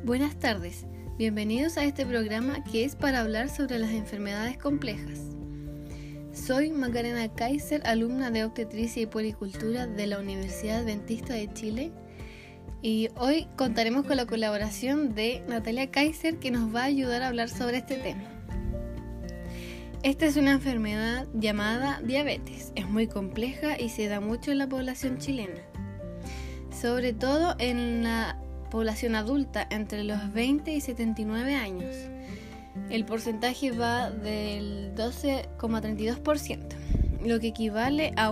Buenas tardes, bienvenidos a este programa que es para hablar sobre las enfermedades complejas. Soy Macarena Kaiser, alumna de Obstetricia y Puericultura de la Universidad Adventista de Chile, y hoy contaremos con la colaboración de Natalia Kaiser, que nos va a ayudar a hablar sobre este tema. Esta es una enfermedad llamada diabetes. Es muy compleja y se da mucho en la población chilena, sobre todo en la población adulta entre los 20 y 79 años. El porcentaje va del 12,32%, lo que equivale a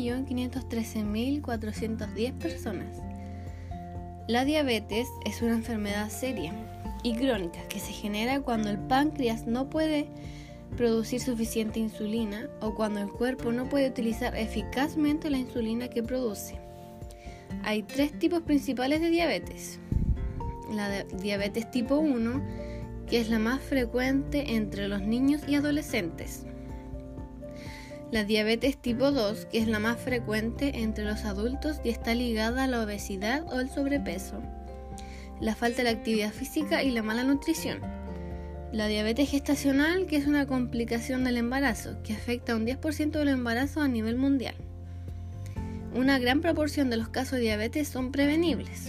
1.513.410 personas. La diabetes es una enfermedad seria y crónica que se genera cuando el páncreas no puede producir suficiente insulina o cuando el cuerpo no puede utilizar eficazmente la insulina que produce. Hay tres tipos principales de diabetes. La diabetes tipo 1, que es la más frecuente entre los niños y adolescentes. La diabetes tipo 2, que es la más frecuente entre los adultos y está ligada a la obesidad o el sobrepeso, la falta de actividad física y la mala nutrición. La diabetes gestacional, que es una complicación del embarazo, que afecta a un 10% de los embarazos a nivel mundial. Una gran proporción de los casos de diabetes son prevenibles.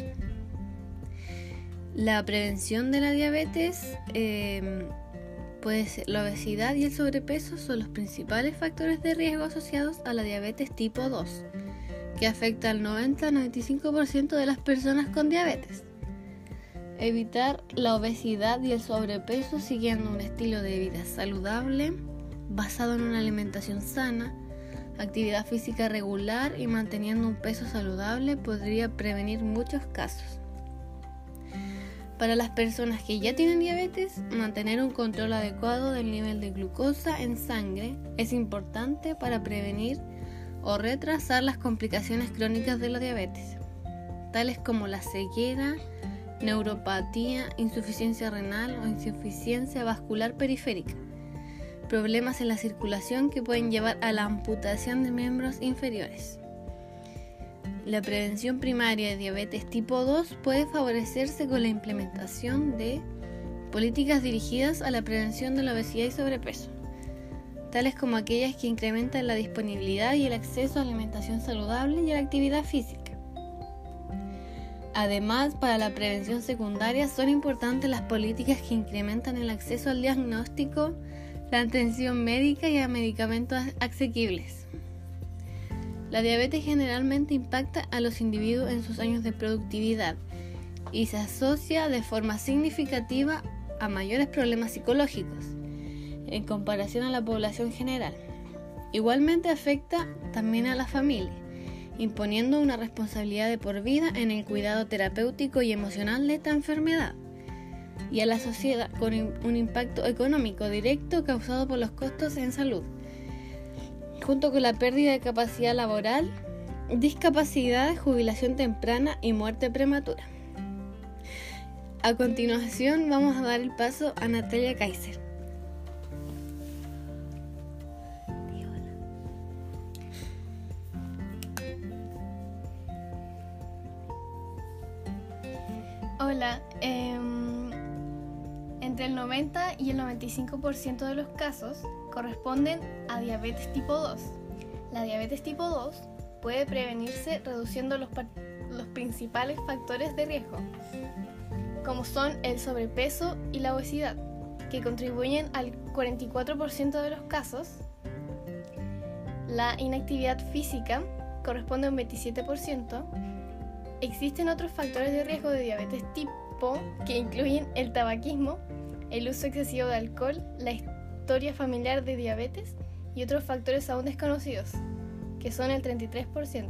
La prevención de la diabetes puede ser la obesidad y el sobrepeso son los principales factores de riesgo asociados a la diabetes tipo 2, que afecta al 90-95% de las personas con diabetes. Evitar la obesidad y el sobrepeso siguiendo un estilo de vida saludable, basado en una alimentación sana, actividad física regular y manteniendo un peso saludable podría prevenir muchos casos. Para las personas que ya tienen diabetes, mantener un control adecuado del nivel de glucosa en sangre es importante para prevenir o retrasar las complicaciones crónicas de la diabetes, tales como la ceguera, neuropatía, insuficiencia renal o insuficiencia vascular periférica, problemas en la circulación que pueden llevar a la amputación de miembros inferiores. La prevención primaria de diabetes tipo 2 puede favorecerse con la implementación de políticas dirigidas a la prevención de la obesidad y sobrepeso, tales como aquellas que incrementan la disponibilidad y el acceso a alimentación saludable y a la actividad física. Además, para la prevención secundaria son importantes las políticas que incrementan el acceso al diagnóstico, la atención médica y a medicamentos asequibles. La diabetes generalmente impacta a los individuos en sus años de productividad y se asocia de forma significativa a mayores problemas psicológicos en comparación a la población general. Igualmente afecta también a la familia, imponiendo una responsabilidad de por vida en el cuidado terapéutico y emocional de esta enfermedad, y a la sociedad con un impacto económico directo causado por los costos en salud, junto con la pérdida de capacidad laboral, discapacidad, jubilación temprana y muerte prematura. A continuación vamos a dar el paso a Natalia Kaiser. Hola, entre el 90 y el 95% de los casos corresponden a diabetes tipo 2. La diabetes tipo 2 puede prevenirse reduciendo los principales factores de riesgo, como son el sobrepeso y la obesidad, que contribuyen al 44% de los casos. La inactividad física corresponde a un 27%. Existen otros factores de riesgo de diabetes tipo que incluyen el tabaquismo, el uso excesivo de alcohol, la historia familiar de diabetes y otros factores aún desconocidos, que son el 33%.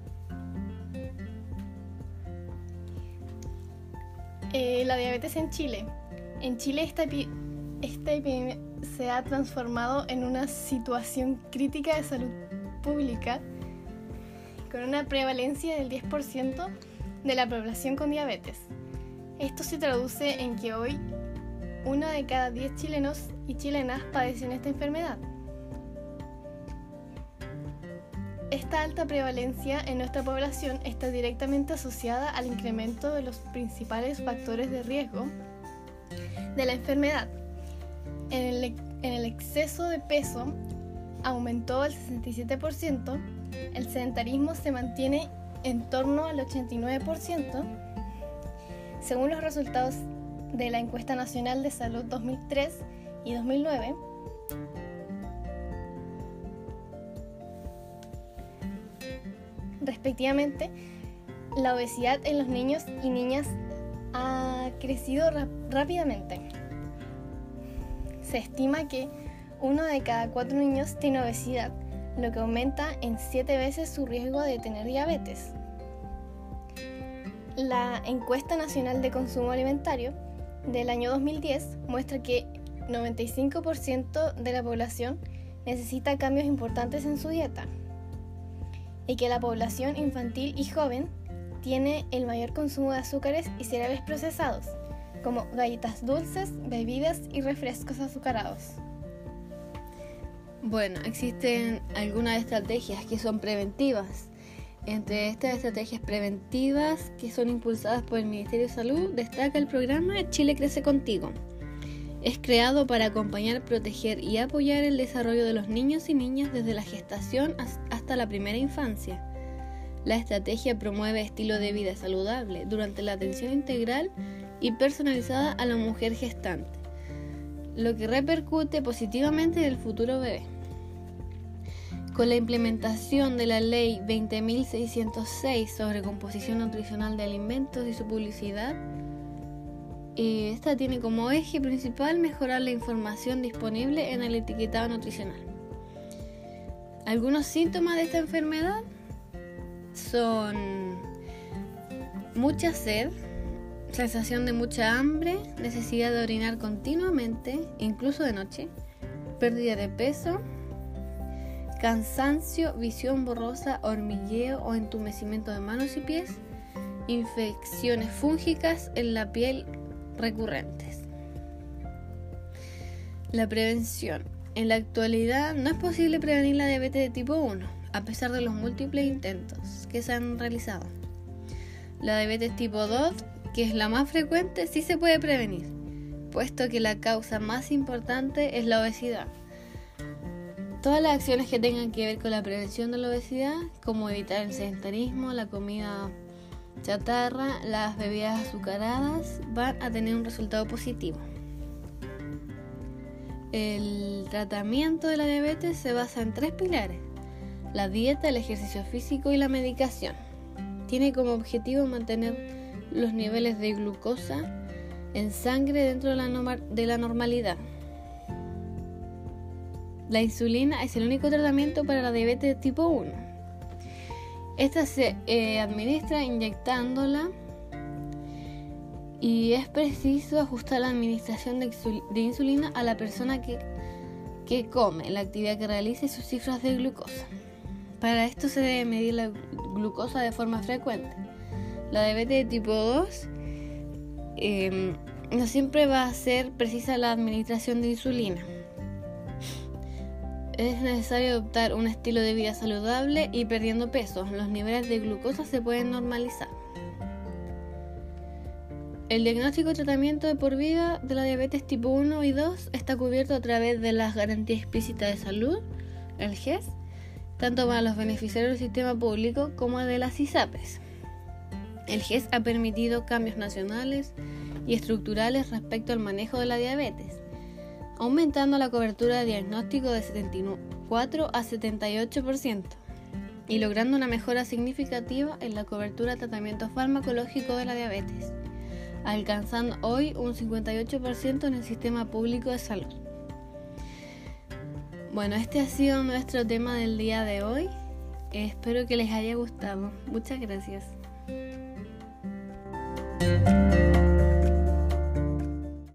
La diabetes en Chile. En Chile esta epidemia se ha transformado en una situación crítica de salud pública con una prevalencia del 10% de la población con diabetes. Esto se traduce en que hoy 1 de cada 10 chilenos y chilenas padecen esta enfermedad. Esta alta prevalencia en nuestra población está directamente asociada al incremento de los principales factores de riesgo de la enfermedad. En el exceso de peso aumentó al 67%, el sedentarismo se mantiene en torno al 89%, según los resultados de la Encuesta Nacional de Salud 2003 y 2009. Respectivamente, la obesidad en los niños y niñas ha crecido rápidamente. Se estima que 1 de cada 4 niños tiene obesidad, lo que aumenta en 7 veces su riesgo de tener diabetes. La Encuesta Nacional de Consumo Alimentario del año 2010 muestra que 95% de la población necesita cambios importantes en su dieta y que la población infantil y joven tiene el mayor consumo de azúcares y cereales procesados, como galletas dulces, bebidas y refrescos azucarados. Bueno, existen algunas estrategias que son preventivas. Entre estas estrategias preventivas que son impulsadas por el Ministerio de Salud, destaca el programa Chile Crece Contigo. Es creado para acompañar, proteger y apoyar el desarrollo de los niños y niñas desde la gestación hasta la primera infancia. La estrategia promueve estilo de vida saludable durante la atención integral y personalizada a la mujer gestante, lo que repercute positivamente en el futuro bebé. Con la implementación de la Ley 20.606 sobre composición nutricional de alimentos y su publicidad, esta tiene como eje principal mejorar la información disponible en el etiquetado nutricional. Algunos síntomas de esta enfermedad son mucha sed, sensación de mucha hambre, necesidad de orinar continuamente, incluso de noche, pérdida de peso, cansancio, visión borrosa, hormigueo o entumecimiento de manos y pies, infecciones fúngicas en la piel recurrentes. La prevención. En la actualidad no es posible prevenir la diabetes de tipo 1, a pesar de los múltiples intentos que se han realizado. La diabetes tipo 2, que es la más frecuente, sí se puede prevenir, puesto que la causa más importante es la obesidad. Todas las acciones que tengan que ver con la prevención de la obesidad, como evitar el sedentarismo, la comida chatarra, las bebidas azucaradas, van a tener un resultado positivo. El tratamiento de la diabetes se basa en 3 pilares: la dieta, el ejercicio físico y la medicación. Tiene como objetivo mantener los niveles de glucosa en sangre dentro de la normalidad. La insulina es el único tratamiento para la diabetes tipo 1. Esta se administra inyectándola y es preciso ajustar la administración de insulina a la persona que come, la actividad que realiza y sus cifras de glucosa. Para esto se debe medir la glucosa de forma frecuente. La diabetes de tipo 2 no siempre va a ser precisa la administración de insulina. Es necesario adoptar un estilo de vida saludable y perdiendo peso. Los niveles de glucosa se pueden normalizar. El diagnóstico y tratamiento de por vida de la diabetes tipo 1 y 2 está cubierto a través de las garantías explícitas de salud, el GES, tanto para los beneficiarios del sistema público como de las ISAPRES. El GES ha permitido cambios nacionales y estructurales respecto al manejo de la diabetes, aumentando la cobertura de diagnóstico de 74 a 78% y logrando una mejora significativa en la cobertura de tratamiento farmacológico de la diabetes, alcanzando hoy un 58% en el sistema público de salud. Bueno, este ha sido nuestro tema del día de hoy. Espero que les haya gustado. Muchas gracias.